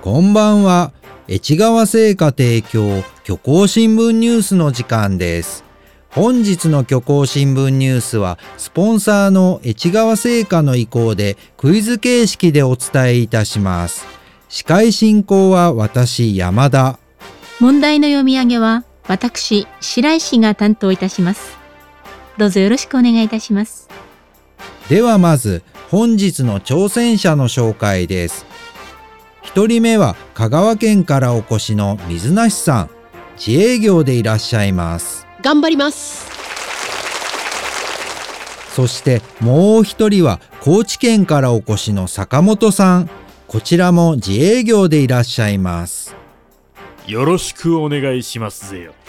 こんばんは。越川製菓提供虚構新聞ニュースの時間です。本日の虚構新聞ニュースはスポンサーの越川製菓の意向でクイズ形式でお伝えいたします。司会進行は私山田。 問題の読み上げは私白石が担当いたします。どうぞよろしくお願いいたします。 ではまず本日の挑戦者の紹介です。1人目は香川県からお越しの水梨さん。自営業でいらっしゃいます。 頑張ります。 そしてもう一人は高知県からお越しの坂本さん。こちらも自営業でいらっしゃいます。 よろしくお願いしますぜよ。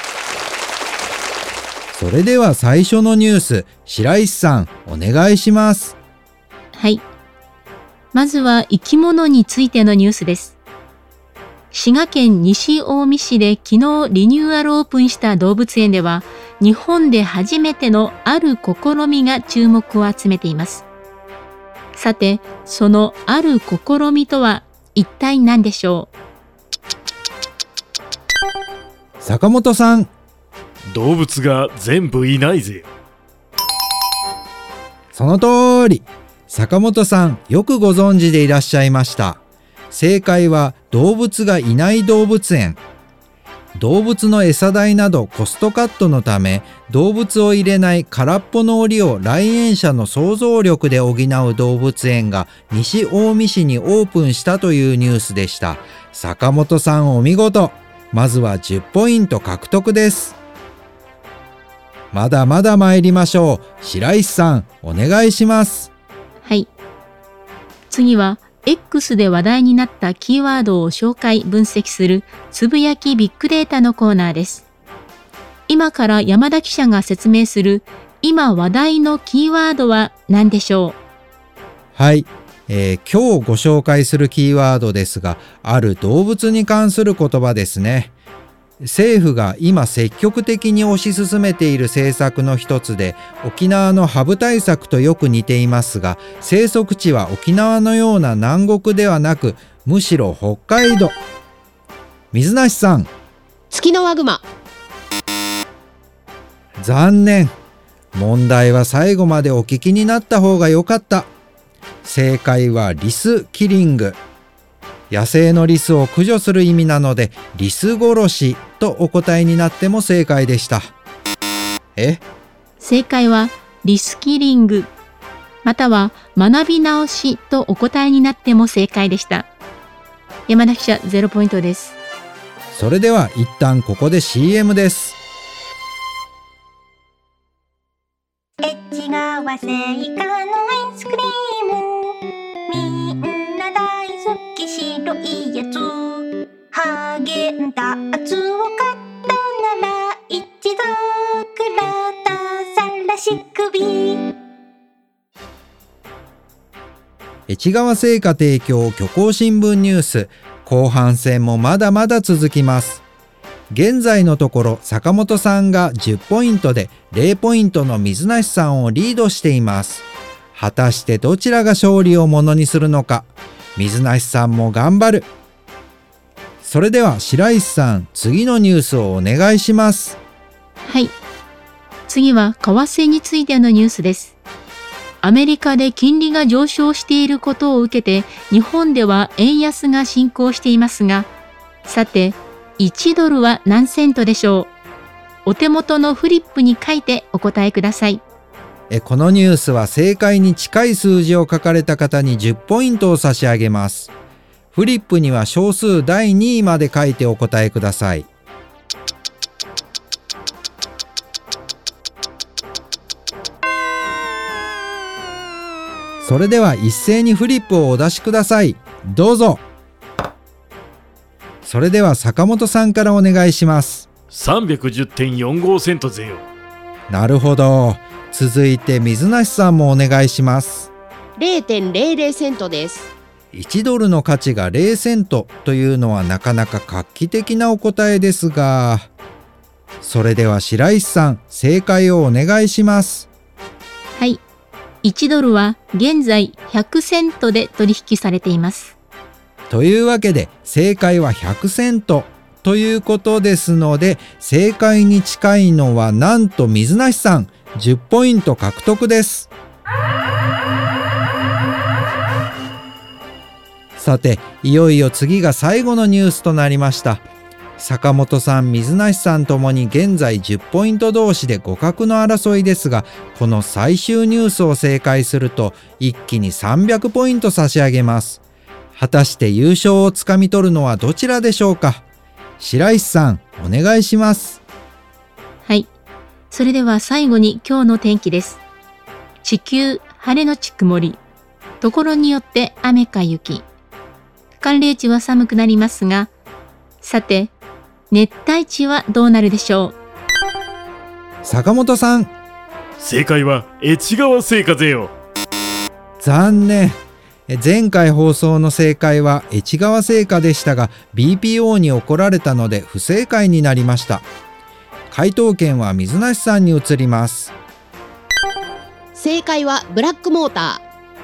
それでは最初のニュース、白石さんお願いします。 はい。まずは生き物についてのニュースです。滋賀県西近江市で昨日リニューアルオープンした動物園では、日本で初めてのある試みが注目を集めています。さて、そのある試みとは一体何でしょう？坂本さん。 動物が全部いないぜよ。 その通り。坂本さん、よくご存知でいらっしゃいました。正解は動物がいない動物園。動物の餌代などコストカットのため、動物を入れない空っぽの檻を来園者の想像力で補う動物園が西近江市にオープンしたというニュースでした。坂本さんお見事。まずは10ポイント獲得です。まだまだ参りましょう。白石さんお願いします。 はい。次は X で話題になったキーワードを紹介・分析するつぶやきビッグデータのコーナーです。今から山田記者が説明する今話題のキーワードは何でしょう？ はい、今日ご紹介するキーワードですが、ある動物に関する言葉ですね。政府が今積極的に推し進めている政策の一つで、沖縄のハブ対策とよく似ていますが、生息地は沖縄のような南国ではなく、むしろ北海道。水梨さん。 ツキノワグマ。 残念。問題は最後までお聞きになった方が良かった。正解はリスキリング。野生のリスを駆除する意味なので、リス殺しとお答えになっても正解でした。 正解はリスキリング、または学び直しとお答えになっても正解でした。山田記者0ポイントです。 それでは一旦ここで CM です。 越川製菓のアイスクリーム、みんな大好き白いやつ、ハーゲンダーツを買ったなら一度くらたさらし首。 越川製菓提供虚構新聞ニュース、後半戦もまだまだ続きます。現在のところ坂本さんが10ポイントで0ポイントの水梨さんをリードしています。果たしてどちらが勝利をものにするのか。水梨さんも頑張る。それでは白石さん、次のニュースをお願いします。 はい。次は為替についてのニュースです。アメリカで金利が上昇していることを受けて、日本では円安が進行していますが、さて、1ドルは何セントでしょう？お手元のフリップに書いてお答えください。 このニュースは正解に近い数字を書かれた方に10ポイントを差し上げます。フリップには小数第2位まで書いてお答えください。それでは一斉にフリップをお出しください。どうぞ。それでは坂本さんからお願いします。 310.45 セントぜよ。 なるほど。続いて水梨さんもお願いします。 0.00 セントです。 1ドルの価値が0セントというのはなかなか画期的なお答えですが、それでは白石さん、正解をお願いします。 はい。1ドルは現在100セントで取引されています。 というわけで正解は100セントということですので、正解に近いのはなんと水無さん10ポイント獲得です。さて、いよいよ次が最後のニュースとなりました。坂本さん、水無さんともに現在10ポイント同士で互角の争いですが、この最終ニュースを正解すると一気に300ポイント差し上げます。果たして優勝をつかみ取るのはどちらでしょうか。白石さん、お願いします。 はい。それでは最後に今日の天気です。地球、晴れのち曇り。ところによって雨か雪。寒冷地は寒くなりますが、さて、熱帯地はどうなるでしょう。 坂本さん。 正解は越川製菓ぜよ。 残念。前回放送の正解は越川製菓でしたが、 BPO に怒られたので不正解になりました。回答権は水無さんに移ります。 正解はブラックモータ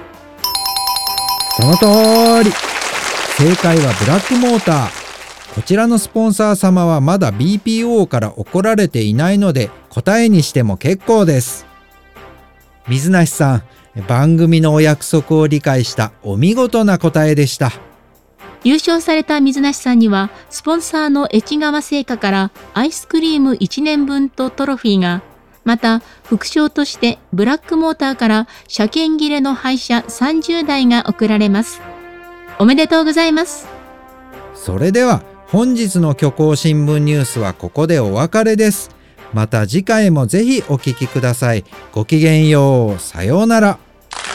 その通り。正解はブラックモーター。こちらのスポンサー様はまだ BPO から怒られていないので答えにしても結構です。水無さん、番組のお約束を理解したお見事な答えでした。 優勝された水無さんにはスポンサーの越川製菓からアイスクリーム1年分とトロフィーが、また副賞としてブラックモーターから車検切れの廃車30台が贈られます。おめでとうございます。 それでは本日の虚構新聞ニュースはここでお別れです。また次回もぜひお聞きください。ごきげんよう。さようなら。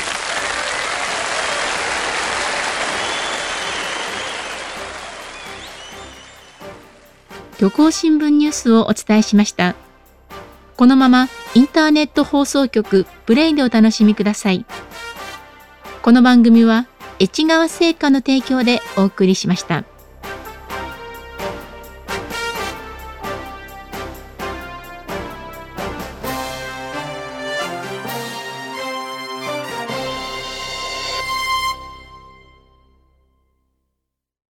虚構新聞ニュースをお伝えしました。このままインターネット放送局プレイでお楽しみください。この番組は越川製菓の提供でお送りしました。